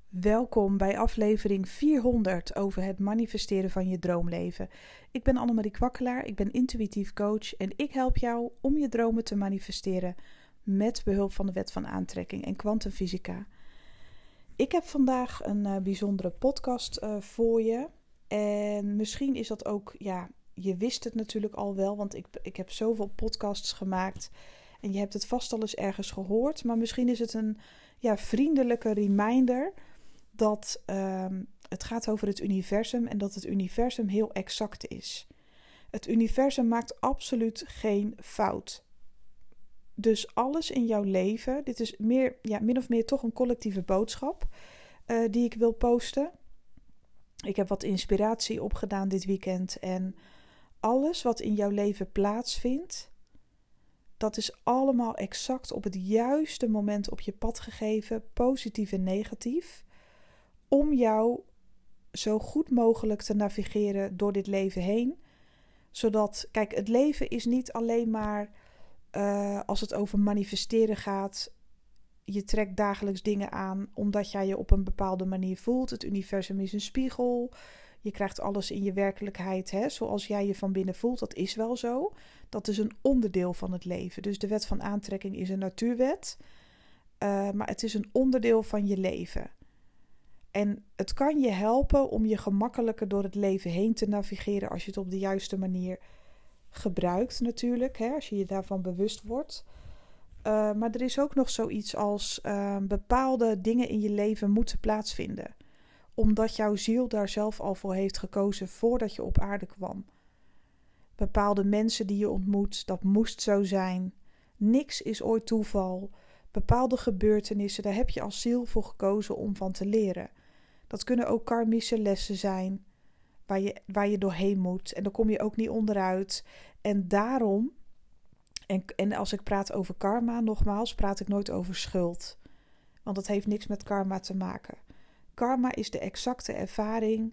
Welkom bij aflevering 400 over het manifesteren van je droomleven. Ik ben Annemarie Kwakkelaar, ik ben intuïtief coach en ik help jou om je dromen te manifesteren met behulp van de wet van aantrekking en kwantumfysica. Ik heb vandaag een bijzondere podcast voor je en misschien is dat ook, je wist het natuurlijk al wel, want ik heb zoveel podcasts gemaakt en je hebt het vast al eens ergens gehoord, maar misschien is het een vriendelijke reminder dat het gaat over het universum en dat het universum heel exact is. Het universum maakt absoluut geen fout. Dus alles in jouw leven, dit is min of meer toch een collectieve boodschap die ik wil posten. Ik heb wat inspiratie opgedaan dit weekend en alles wat in jouw leven plaatsvindt, dat is allemaal exact op het juiste moment op je pad gegeven, positief en negatief, om jou zo goed mogelijk te navigeren door dit leven heen. Zodat, kijk, het leven is niet alleen maar, als het over manifesteren gaat, je trekt dagelijks dingen aan omdat jij je op een bepaalde manier voelt. Het universum is een spiegel. Je krijgt alles in je werkelijkheid, zoals jij je van binnen voelt. Dat is wel zo. Dat is een onderdeel van het leven. Dus de wet van aantrekking is een natuurwet. Maar het is een onderdeel van je leven. En het kan je helpen om je gemakkelijker door het leven heen te navigeren als je het op de juiste manier gebruikt natuurlijk. Als je je daarvan bewust wordt. Maar er is ook nog zoiets als bepaalde dingen in je leven moeten plaatsvinden. Omdat jouw ziel daar zelf al voor heeft gekozen voordat je op aarde kwam. Bepaalde mensen die je ontmoet, dat moest zo zijn. Niks is ooit toeval. Bepaalde gebeurtenissen, daar heb je als ziel voor gekozen om van te leren. Dat kunnen ook karmische lessen zijn, waar je doorheen moet. En daar kom je ook niet onderuit. En daarom, en als ik praat over karma, nogmaals, praat ik nooit over schuld. Want dat heeft niks met karma te maken. Karma is de exacte ervaring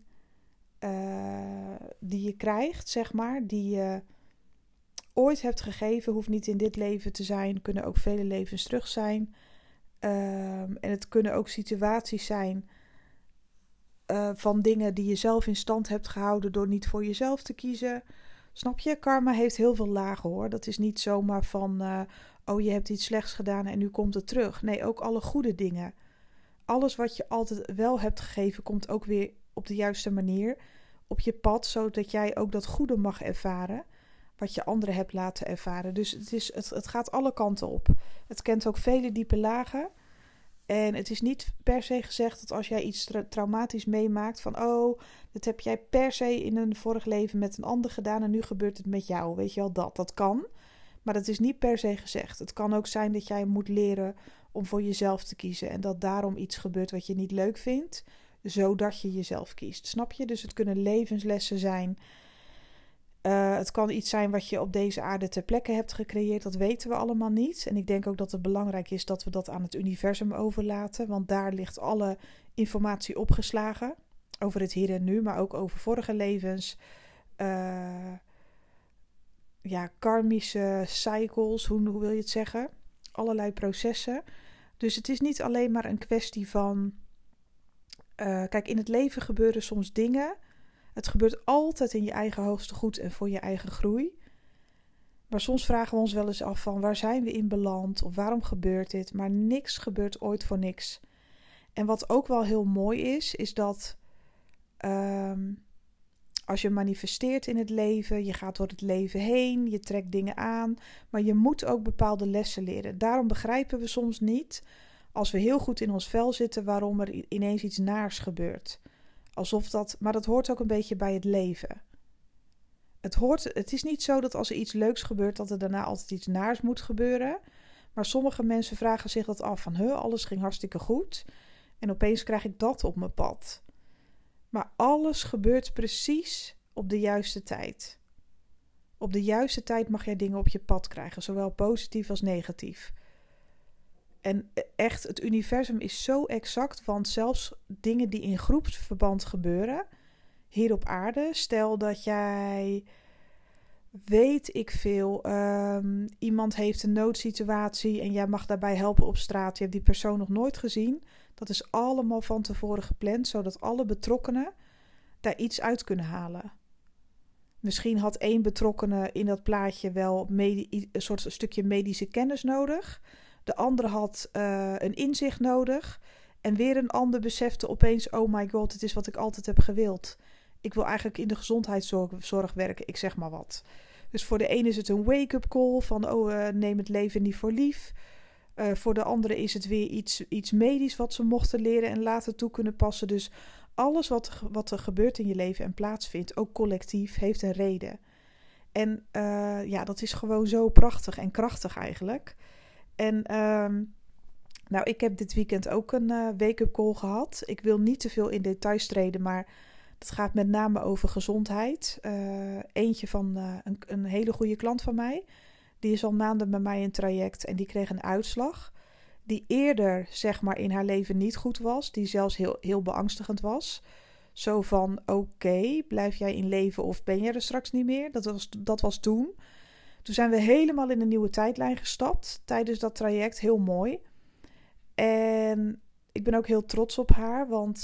die je krijgt, zeg maar, die je ooit hebt gegeven. Hoeft niet in dit leven te zijn, kunnen ook vele levens terug zijn. En het kunnen ook situaties zijn van dingen die je zelf in stand hebt gehouden door niet voor jezelf te kiezen. Snap je? Karma heeft heel veel lagen, hoor. Dat is niet zomaar van, je hebt iets slechts gedaan en nu komt het terug. Nee, ook alle goede dingen. Alles wat je altijd wel hebt gegeven, komt ook weer op de juiste manier op je pad, zodat jij ook dat goede mag ervaren, wat je anderen hebt laten ervaren. Dus het gaat alle kanten op. Het kent ook vele diepe lagen. En het is niet per se gezegd dat als jij iets traumatisch meemaakt van, dat heb jij per se in een vorig leven met een ander gedaan en nu gebeurt het met jou. Weet je wel, dat kan. Maar dat is niet per se gezegd. Het kan ook zijn dat jij moet leren om voor jezelf te kiezen en dat daarom iets gebeurt wat je niet leuk vindt, zodat je jezelf kiest. Snap je? Dus het kunnen levenslessen zijn. Het kan iets zijn wat je op deze aarde ter plekke hebt gecreëerd. Dat weten we allemaal niet. En ik denk ook dat het belangrijk is dat we dat aan het universum overlaten. Want daar ligt alle informatie opgeslagen. Over het hier en nu, maar ook over vorige levens. Karmische cycles, hoe wil je het zeggen? Allerlei processen. Dus het is niet alleen maar een kwestie van, kijk, in het leven gebeuren soms dingen. Het gebeurt altijd in je eigen hoogste goed en voor je eigen groei. Maar soms vragen we ons wel eens af van, waar zijn we in beland? Of waarom gebeurt dit? Maar niks gebeurt ooit voor niks. En wat ook wel heel mooi is dat als je manifesteert in het leven, je gaat door het leven heen, je trekt dingen aan, maar je moet ook bepaalde lessen leren. Daarom begrijpen we soms niet, als we heel goed in ons vel zitten, waarom er ineens iets naars gebeurt. Maar dat hoort ook een beetje bij het leven. Het is niet zo dat als er iets leuks gebeurt, dat er daarna altijd iets naars moet gebeuren. Maar sommige mensen vragen zich dat af van, alles ging hartstikke goed. En opeens krijg ik dat op mijn pad. Maar alles gebeurt precies op de juiste tijd. Op de juiste tijd mag jij dingen op je pad krijgen, zowel positief als negatief. En echt, het universum is zo exact, want zelfs dingen die in groepsverband gebeuren, hier op aarde, stel dat jij, weet ik veel, iemand heeft een noodsituatie en jij mag daarbij helpen op straat, je hebt die persoon nog nooit gezien, Dat is allemaal van tevoren gepland, zodat alle betrokkenen daar iets uit kunnen halen. Misschien had één betrokkene in dat plaatje wel een soort stukje medische kennis nodig. De andere had een inzicht nodig. En weer een ander besefte opeens, oh my god, het is wat ik altijd heb gewild. Ik wil eigenlijk in de gezondheidszorg werken, ik zeg maar wat. Dus voor de ene is het een wake-up call van, neem het leven niet voor lief. Voor de andere is het weer iets medisch wat ze mochten leren en later toe kunnen passen. Dus alles wat er gebeurt in je leven en plaatsvindt, ook collectief, heeft een reden. En dat is gewoon zo prachtig en krachtig eigenlijk. En ik heb dit weekend ook een wake-up call gehad. Ik wil niet te veel in details treden, maar het gaat met name over gezondheid. Eentje van een hele goede klant van mij. Die is al maanden bij mij in traject en die kreeg een uitslag die eerder zeg maar in haar leven niet goed was. Die zelfs heel, heel beangstigend was. Zo van, oké, blijf jij in leven of ben jij er straks niet meer? Dat was toen. Toen zijn we helemaal in een nieuwe tijdlijn gestapt tijdens dat traject. Heel mooi. En ik ben ook heel trots op haar, want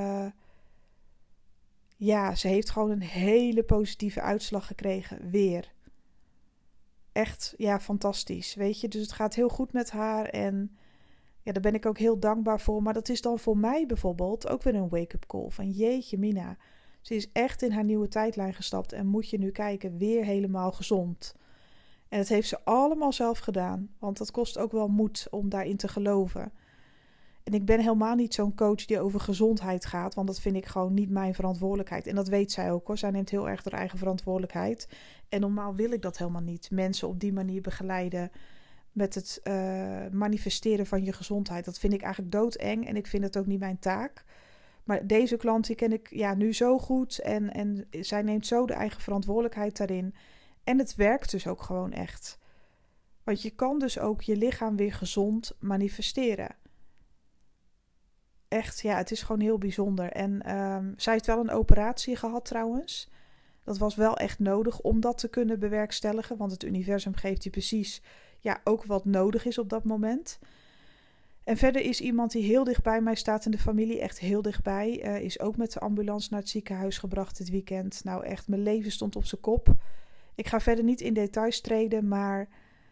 ze heeft gewoon een hele positieve uitslag gekregen. Weer. Echt, fantastisch, weet je. Dus het gaat heel goed met haar en daar ben ik ook heel dankbaar voor. Maar dat is dan voor mij bijvoorbeeld ook weer een wake-up call. Van jeetje mina, ze is echt in haar nieuwe tijdlijn gestapt en moet je nu kijken, weer helemaal gezond. En dat heeft ze allemaal zelf gedaan, want dat kost ook wel moed om daarin te geloven. En ik ben helemaal niet zo'n coach die over gezondheid gaat, want dat vind ik gewoon niet mijn verantwoordelijkheid. En dat weet zij ook hoor, zij neemt heel erg haar eigen verantwoordelijkheid. En normaal wil ik dat helemaal niet, mensen op die manier begeleiden met het manifesteren van je gezondheid. Dat vind ik eigenlijk doodeng en ik vind het ook niet mijn taak. Maar deze klant die ken ik nu zo goed en zij neemt zo de eigen verantwoordelijkheid daarin. En het werkt dus ook gewoon echt. Want je kan dus ook je lichaam weer gezond manifesteren. Echt, het is gewoon heel bijzonder. En zij heeft wel een operatie gehad trouwens. Dat was wel echt nodig om dat te kunnen bewerkstelligen. Want het universum geeft je precies ook wat nodig is op dat moment. En verder is iemand die heel dichtbij mij staat in de familie, echt heel dichtbij. Is ook met de ambulance naar het ziekenhuis gebracht dit weekend. Nou echt, mijn leven stond op zijn kop. Ik ga verder niet in details treden, maar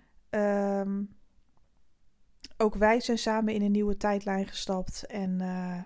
ook wij zijn samen in een nieuwe tijdlijn gestapt. En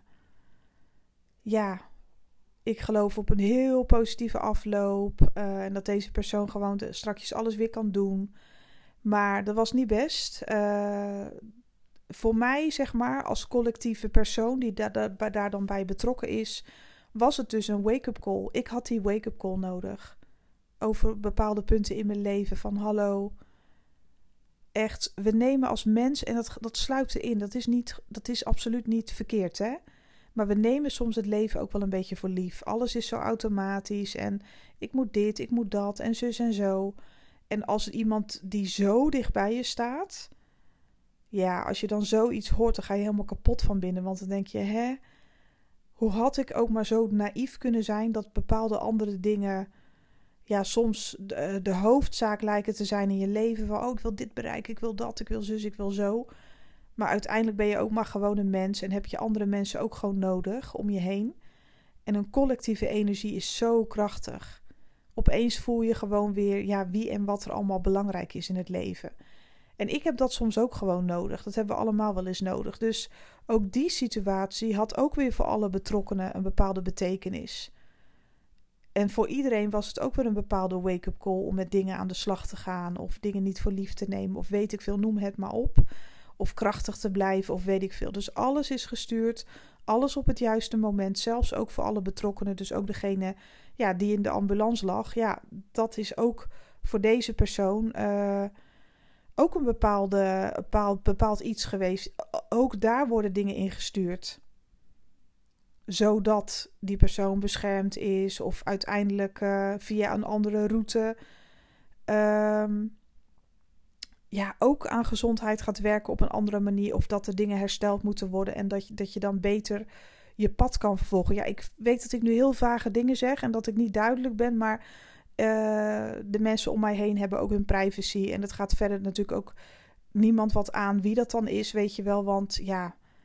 ik geloof op een heel positieve afloop. En dat deze persoon gewoon strakjes alles weer kan doen. Maar dat was niet best. Voor mij, zeg maar, als collectieve persoon die daar dan bij betrokken is, was het dus een wake-up call. Ik had die wake-up call nodig. Over bepaalde punten in mijn leven. Van hallo. Echt, we nemen als mens, en dat sluipt erin. Dat is absoluut niet verkeerd, hè. Maar we nemen soms het leven ook wel een beetje voor lief. Alles is zo automatisch. En ik moet dit, ik moet dat. En zus en zo. En als iemand die zo dicht bij je staat, als je dan zoiets hoort, dan ga je helemaal kapot van binnen. Want dan denk je, hoe had ik ook maar zo naïef kunnen zijn dat bepaalde andere dingen soms de hoofdzaak lijken te zijn in je leven. Van, ik wil dit bereiken, ik wil dat, ik wil zus, ik wil zo. Maar uiteindelijk ben je ook maar gewoon een mens en heb je andere mensen ook gewoon nodig om je heen. En een collectieve energie is zo krachtig. Opeens voel je gewoon weer wie en wat er allemaal belangrijk is in het leven. En ik heb dat soms ook gewoon nodig. Dat hebben we allemaal wel eens nodig. Dus ook die situatie had ook weer voor alle betrokkenen een bepaalde betekenis. En voor iedereen was het ook weer een bepaalde wake-up call om met dingen aan de slag te gaan. Of dingen niet voor lief te nemen. Of weet ik veel, noem het maar op. Of krachtig te blijven of weet ik veel. Dus alles is gestuurd. Alles op het juiste moment. Zelfs ook voor alle betrokkenen. Dus ook degene die in de ambulance lag. Dat is ook voor deze persoon ook een bepaald iets geweest. Ook daar worden dingen ingestuurd. Zodat die persoon beschermd is. Of uiteindelijk via een andere route ook aan gezondheid gaat werken op een andere manier. Of dat er dingen hersteld moeten worden. En dat je dan beter je pad kan vervolgen. Ik weet dat ik nu heel vage dingen zeg. En dat ik niet duidelijk ben. Maar de mensen om mij heen hebben ook hun privacy. En het gaat verder natuurlijk ook niemand wat aan wie dat dan is. Weet je wel. Want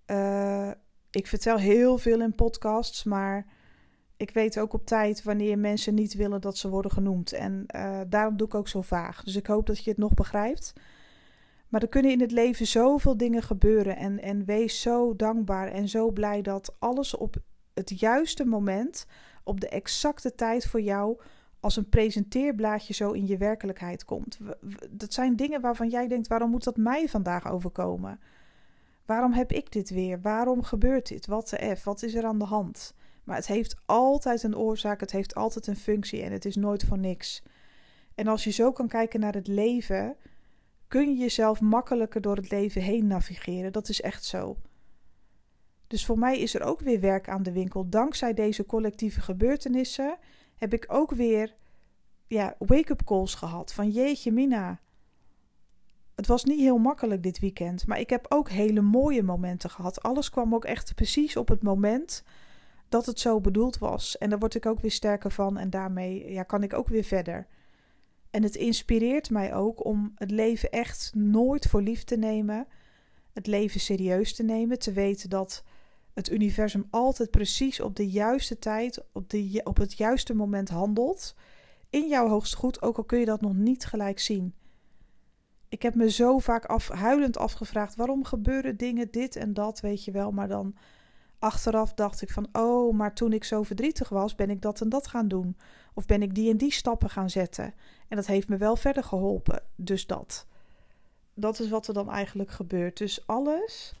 Ik vertel heel veel in podcasts, maar ik weet ook op tijd wanneer mensen niet willen dat ze worden genoemd. En daarom doe ik ook zo vaag. Dus ik hoop dat je het nog begrijpt. Maar er kunnen in het leven zoveel dingen gebeuren. En wees zo dankbaar en zo blij dat alles op het juiste moment, op de exacte tijd voor jou, als een presenteerblaadje zo in je werkelijkheid komt. Dat zijn dingen waarvan jij denkt, waarom moet dat mij vandaag overkomen? Waarom heb ik dit weer? Waarom gebeurt dit? Wat de F? Wat is er aan de hand? Maar het heeft altijd een oorzaak, het heeft altijd een functie en het is nooit voor niks. En als je zo kan kijken naar het leven, kun je jezelf makkelijker door het leven heen navigeren. Dat is echt zo. Dus voor mij is er ook weer werk aan de winkel. Dankzij deze collectieve gebeurtenissen heb ik ook weer wake-up calls gehad. Van jeetje mina, het was niet heel makkelijk dit weekend. Maar ik heb ook hele mooie momenten gehad. Alles kwam ook echt precies op het moment dat het zo bedoeld was. En daar word ik ook weer sterker van. En daarmee kan ik ook weer verder. En het inspireert mij ook om het leven echt nooit voor lief te nemen. Het leven serieus te nemen. Te weten dat het universum altijd precies op de juiste tijd, op het juiste moment handelt. In jouw hoogst goed, ook al kun je dat nog niet gelijk zien. Ik heb me zo vaak huilend afgevraagd, waarom gebeuren dingen dit en dat, weet je wel. Maar dan achteraf dacht ik van, maar toen ik zo verdrietig was, ben ik dat en dat gaan doen. Of ben ik die en die stappen gaan zetten. En dat heeft me wel verder geholpen. Dus dat is wat er dan eigenlijk gebeurt. Dus alles.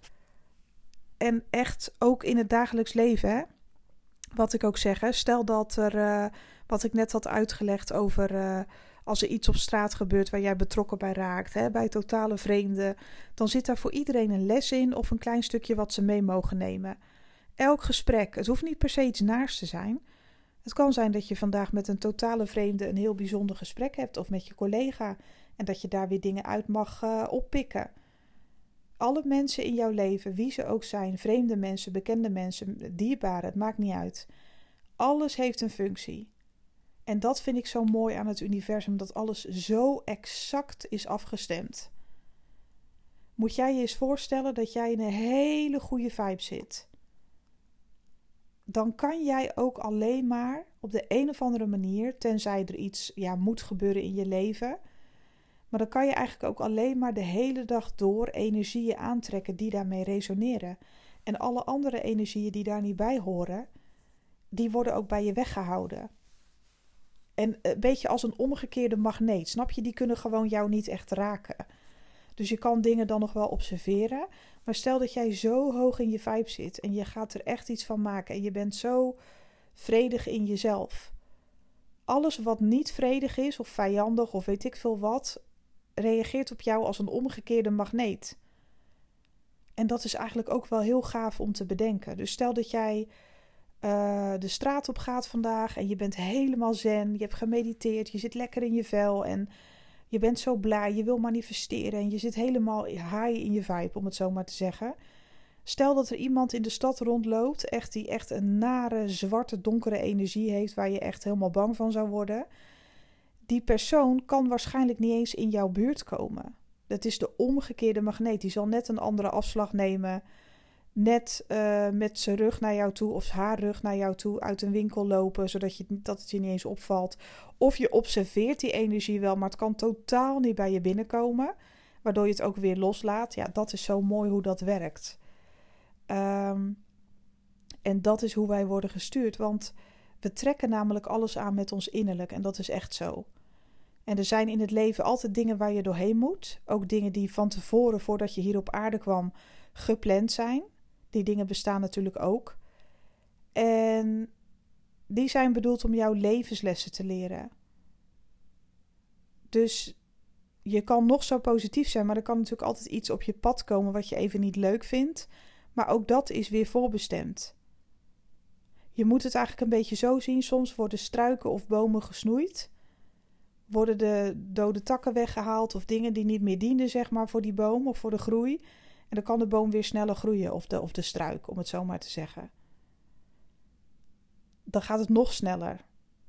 En echt ook in het dagelijks leven, hè? Wat ik ook zeg, hè? Stel dat er, wat ik net had uitgelegd over als er iets op straat gebeurt waar jij betrokken bij raakt, hè? Bij totale vreemden, dan zit daar voor iedereen een les in of een klein stukje wat ze mee mogen nemen. Elk gesprek, het hoeft niet per se iets naars te zijn. Het kan zijn dat je vandaag met een totale vreemde een heel bijzonder gesprek hebt of met je collega en dat je daar weer dingen uit mag oppikken. Alle mensen in jouw leven, wie ze ook zijn, vreemde mensen, bekende mensen, dierbaren, het maakt niet uit. Alles heeft een functie. En dat vind ik zo mooi aan het universum, dat alles zo exact is afgestemd. Moet jij je eens voorstellen dat jij in een hele goede vibe zit. Dan kan jij ook alleen maar op de een of andere manier, tenzij er iets moet gebeuren in je leven, maar dan kan je eigenlijk ook alleen maar de hele dag door energieën aantrekken die daarmee resoneren. En alle andere energieën die daar niet bij horen, die worden ook bij je weggehouden. En een beetje als een omgekeerde magneet, snap je? Die kunnen gewoon jou niet echt raken. Dus je kan dingen dan nog wel observeren. Maar stel dat jij zo hoog in je vibe zit en je gaat er echt iets van maken en je bent zo vredig in jezelf. Alles wat niet vredig is of vijandig of weet ik veel wat, reageert op jou als een omgekeerde magneet. En dat is eigenlijk ook wel heel gaaf om te bedenken. Dus stel dat jij de straat op gaat vandaag en je bent helemaal zen, je hebt gemediteerd, je zit lekker in je vel en je bent zo blij, je wil manifesteren en je zit helemaal high in je vibe, om het zo maar te zeggen. Stel dat er iemand in de stad rondloopt, die echt een nare, zwarte, donkere energie heeft waar je echt helemaal bang van zou worden. Die persoon kan waarschijnlijk niet eens in jouw buurt komen. Dat is de omgekeerde magneet. Die zal net een andere afslag nemen. Net met zijn rug naar jou toe of haar rug naar jou toe uit een winkel lopen, zodat het je niet eens opvalt. Of je observeert die energie wel, maar het kan totaal niet bij je binnenkomen. Waardoor je het ook weer loslaat. Ja, dat is zo mooi hoe dat werkt. En dat is hoe wij worden gestuurd. Want we trekken namelijk alles aan met ons innerlijk. En dat is echt zo. En er zijn in het leven altijd dingen waar je doorheen moet. Ook dingen die van tevoren, voordat je hier op aarde kwam, gepland zijn. Die dingen bestaan natuurlijk ook. En die zijn bedoeld om jouw levenslessen te leren. Dus je kan nog zo positief zijn, maar er kan natuurlijk altijd iets op je pad komen wat je even niet leuk vindt. Maar ook dat is weer voorbestemd. Je moet het eigenlijk een beetje zo zien. Soms worden struiken of bomen gesnoeid. Worden de dode takken weggehaald of dingen die niet meer dienden, zeg maar, voor die boom of voor de groei. En dan kan de boom weer sneller groeien, of de struik, om het zo maar te zeggen. Dan gaat het nog sneller.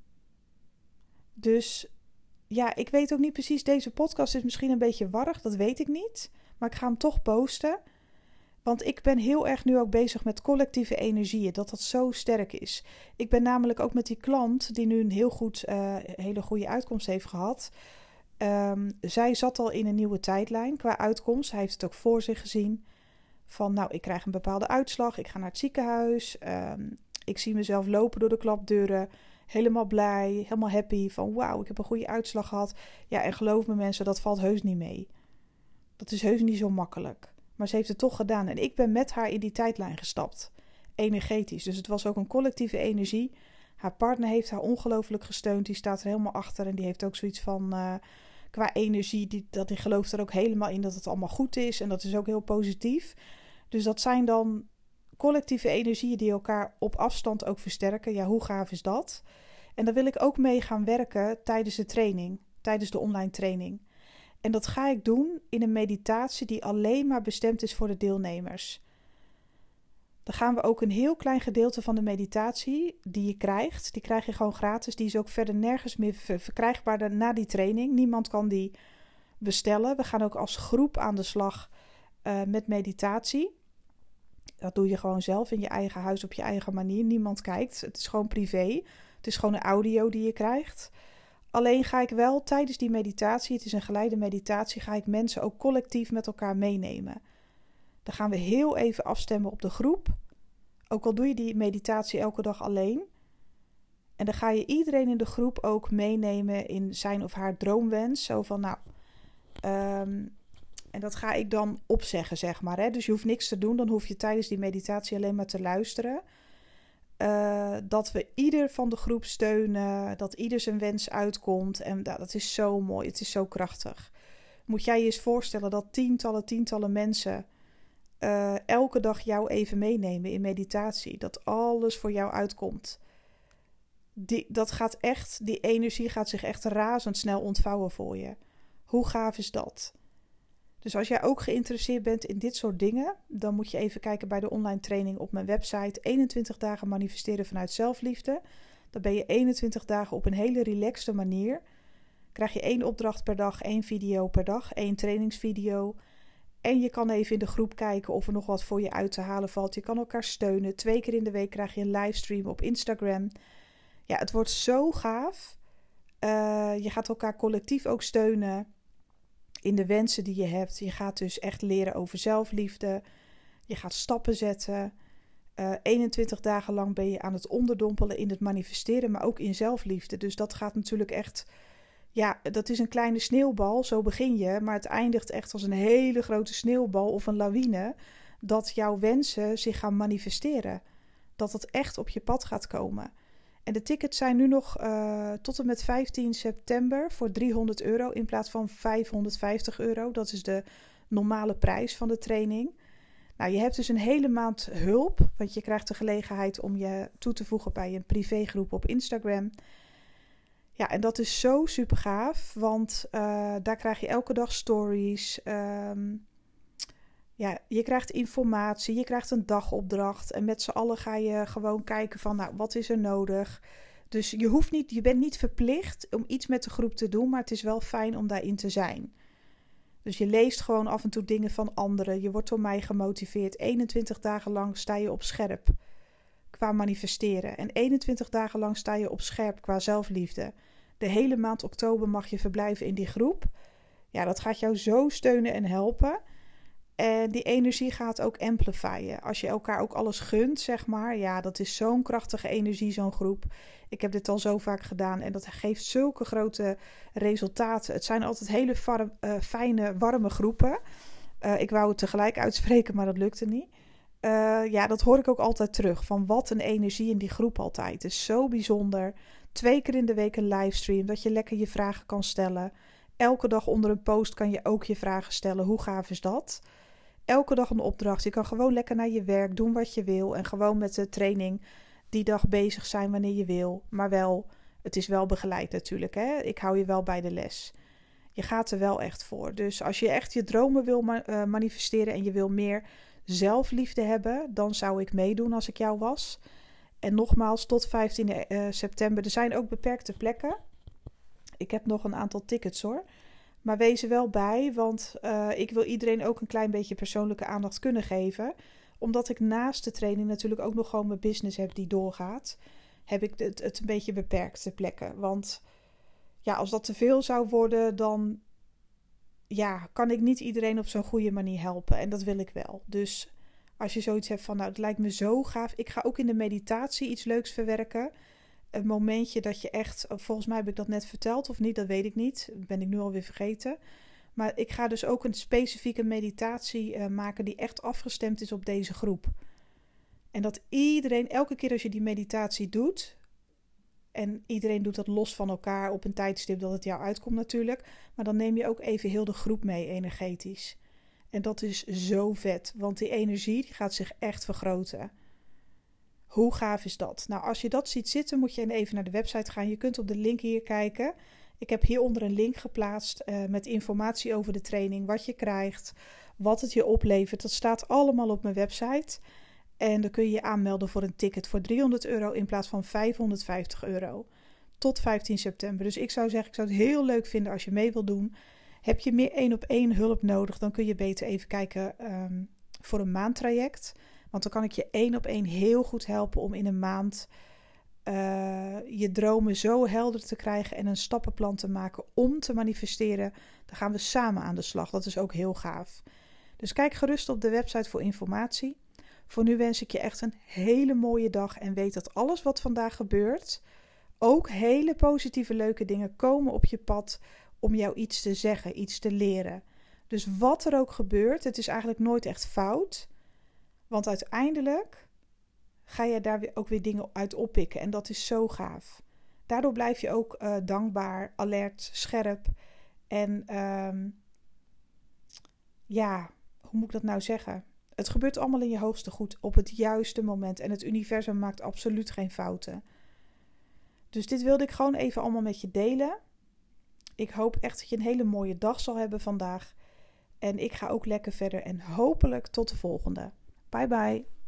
Dus ja, ik weet ook niet precies, deze podcast is misschien een beetje warrig, dat weet ik niet. Maar ik ga hem toch posten. Want ik ben heel erg nu ook bezig met collectieve energieën, dat zo sterk is. Ik ben namelijk ook met die klant, die nu een hele goede uitkomst heeft gehad. Zij zat al in een nieuwe tijdlijn qua uitkomst. Hij heeft het ook voor zich gezien. Van nou, ik krijg een bepaalde uitslag, ik ga naar het ziekenhuis. Ik zie mezelf lopen door de klapdeuren. Helemaal blij, helemaal happy. Van wauw, ik heb een goede uitslag gehad. Ja, en geloof me mensen, dat valt heus niet mee. Dat is heus niet zo makkelijk. Maar ze heeft het toch gedaan. En ik ben met haar in die tijdlijn gestapt. Energetisch. Dus het was ook een collectieve energie. Haar partner heeft haar ongelooflijk gesteund. Die staat er helemaal achter. En die heeft ook zoiets van... qua energie, die gelooft er ook helemaal in dat het allemaal goed is. En dat is ook heel positief. Dus dat zijn dan collectieve energieën die elkaar op afstand ook versterken. Ja, hoe gaaf is dat? En daar wil ik ook mee gaan werken tijdens de training. Tijdens de online training. En dat ga ik doen in een meditatie die alleen maar bestemd is voor de deelnemers. Dan gaan we ook een heel klein gedeelte van de meditatie die je krijgt. Die krijg je gewoon gratis. Die is ook verder nergens meer verkrijgbaar na die training. Niemand kan die bestellen. We gaan ook als groep aan de slag met meditatie. Dat doe je gewoon zelf in je eigen huis op je eigen manier. Niemand kijkt. Het is gewoon privé. Het is gewoon een audio die je krijgt. Alleen ga ik wel tijdens die meditatie, het is een geleide meditatie, ga ik mensen ook collectief met elkaar meenemen. Dan gaan we heel even afstemmen op de groep. Ook al doe je die meditatie elke dag alleen. En dan ga je iedereen in de groep ook meenemen in zijn of haar droomwens. Zo van nou, en dat ga ik dan opzeggen, zeg maar. Hè? Dus je hoeft niks te doen, dan hoef je tijdens die meditatie alleen maar te luisteren. Dat we ieder van de groep steunen, dat ieder zijn wens uitkomt. En dat is zo mooi, het is zo krachtig. Moet jij je eens voorstellen dat tientallen mensen elke dag jou even meenemen in meditatie. Dat alles voor jou uitkomt. Die energie gaat zich echt razendsnel ontvouwen voor je. Hoe gaaf is dat? Dus als jij ook geïnteresseerd bent in dit soort dingen, dan moet je even kijken bij de online training op mijn website. 21 dagen manifesteren vanuit zelfliefde. Dan ben je 21 dagen op een hele relaxte manier. Krijg je 1 opdracht per dag, 1 video per dag, 1 trainingsvideo. En je kan even in de groep kijken of er nog wat voor je uit te halen valt. Je kan elkaar steunen. 2 keer in de week krijg je een livestream op Instagram. Ja, het wordt zo gaaf. Je gaat elkaar collectief ook steunen in de wensen die je hebt. Je gaat dus echt leren over zelfliefde. Je gaat stappen zetten. 21 dagen lang ben je aan het onderdompelen in het manifesteren, maar ook in zelfliefde. Dus dat gaat natuurlijk echt... Ja, dat is een kleine sneeuwbal, zo begin je. Maar het eindigt echt als een hele grote sneeuwbal of een lawine. Dat jouw wensen zich gaan manifesteren. Dat het echt op je pad gaat komen. En de tickets zijn nu nog tot en met 15 september voor €300 in plaats van €550. Dat is de normale prijs van de training. Nou, je hebt dus een hele maand hulp. Want je krijgt de gelegenheid om je toe te voegen bij een privégroep op Instagram. Ja, en dat is zo super gaaf. Want daar krijg je elke dag stories. Je krijgt informatie, je krijgt een dagopdracht. En met z'n allen ga je gewoon kijken van, nou, wat is er nodig? Dus je bent niet verplicht om iets met de groep te doen, maar het is wel fijn om daarin te zijn. Dus je leest gewoon af en toe dingen van anderen. Je wordt door mij gemotiveerd. 21 dagen lang sta je op scherp qua manifesteren. En 21 dagen lang sta je op scherp qua zelfliefde. De hele maand oktober mag je verblijven in die groep. Ja, dat gaat jou zo steunen en helpen. En die energie gaat ook amplifyen. Als je elkaar ook alles gunt, zeg maar. Ja, dat is zo'n krachtige energie, zo'n groep. Ik heb dit al zo vaak gedaan en dat geeft zulke grote resultaten. Het zijn altijd hele fijne, warme groepen. Ik wou het tegelijk uitspreken, maar dat lukte niet. Dat hoor ik ook altijd terug. Van wat een energie in die groep altijd. Het is zo bijzonder. 2 keer in de week een livestream, dat je lekker je vragen kan stellen. Elke dag onder een post kan je ook je vragen stellen. Hoe gaaf is dat? Elke dag een opdracht. Je kan gewoon lekker naar je werk doen wat je wil. En gewoon met de training die dag bezig zijn wanneer je wil. Maar wel, het is wel begeleid natuurlijk. Hè? Ik hou je wel bij de les. Je gaat er wel echt voor. Dus als je echt je dromen wil manifesteren en je wil meer zelfliefde hebben, dan zou ik meedoen als ik jou was. En nogmaals, tot 15 september. Er zijn ook beperkte plekken. Ik heb nog een aantal tickets hoor. Maar wees er wel bij, want ik wil iedereen ook een klein beetje persoonlijke aandacht kunnen geven. Omdat ik naast de training natuurlijk ook nog gewoon mijn business heb die doorgaat. Heb ik het een beetje beperkt ter plekke. Want ja, als dat te veel zou worden, dan kan ik niet iedereen op zo'n goede manier helpen. En dat wil ik wel. Dus als je zoiets hebt van, nou, het lijkt me zo gaaf. Ik ga ook in de meditatie iets leuks verwerken. Een momentje dat je echt, volgens mij heb ik dat net verteld of niet, dat weet ik niet. Dat ben ik nu alweer vergeten. Maar ik ga dus ook een specifieke meditatie maken die echt afgestemd is op deze groep. En dat iedereen, elke keer als je die meditatie doet, en iedereen doet dat los van elkaar op een tijdstip dat het jou uitkomt natuurlijk, maar dan neem je ook even heel de groep mee energetisch. En dat is zo vet, want die energie die gaat zich echt vergroten. Hoe gaaf is dat? Nou, als je dat ziet zitten, moet je even naar de website gaan. Je kunt op de link hier kijken. Ik heb hieronder een link geplaatst met informatie over de training, wat je krijgt, wat het je oplevert. Dat staat allemaal op mijn website. En dan kun je je aanmelden voor een ticket voor €300 in plaats van €550. Tot 15 september. Dus ik zou zeggen, ik zou het heel leuk vinden als je mee wilt doen. Heb je meer 1-op-1 hulp nodig, dan kun je beter even kijken voor een maandtraject. Want dan kan ik je 1-op-1 heel goed helpen om in een maand je dromen zo helder te krijgen en een stappenplan te maken om te manifesteren. Dan gaan we samen aan de slag. Dat is ook heel gaaf. Dus kijk gerust op de website voor informatie. Voor nu wens ik je echt een hele mooie dag en weet dat alles wat vandaag gebeurt, ook hele positieve leuke dingen komen op je pad om jou iets te zeggen, iets te leren. Dus wat er ook gebeurt, het is eigenlijk nooit echt fout. Want uiteindelijk ga je daar ook weer dingen uit oppikken. En dat is zo gaaf. Daardoor blijf je ook dankbaar, alert, scherp. En hoe moet ik dat nou zeggen? Het gebeurt allemaal in je hoogste goed op het juiste moment. En het universum maakt absoluut geen fouten. Dus dit wilde ik gewoon even allemaal met je delen. Ik hoop echt dat je een hele mooie dag zal hebben vandaag. En ik ga ook lekker verder en hopelijk tot de volgende. Bye bye.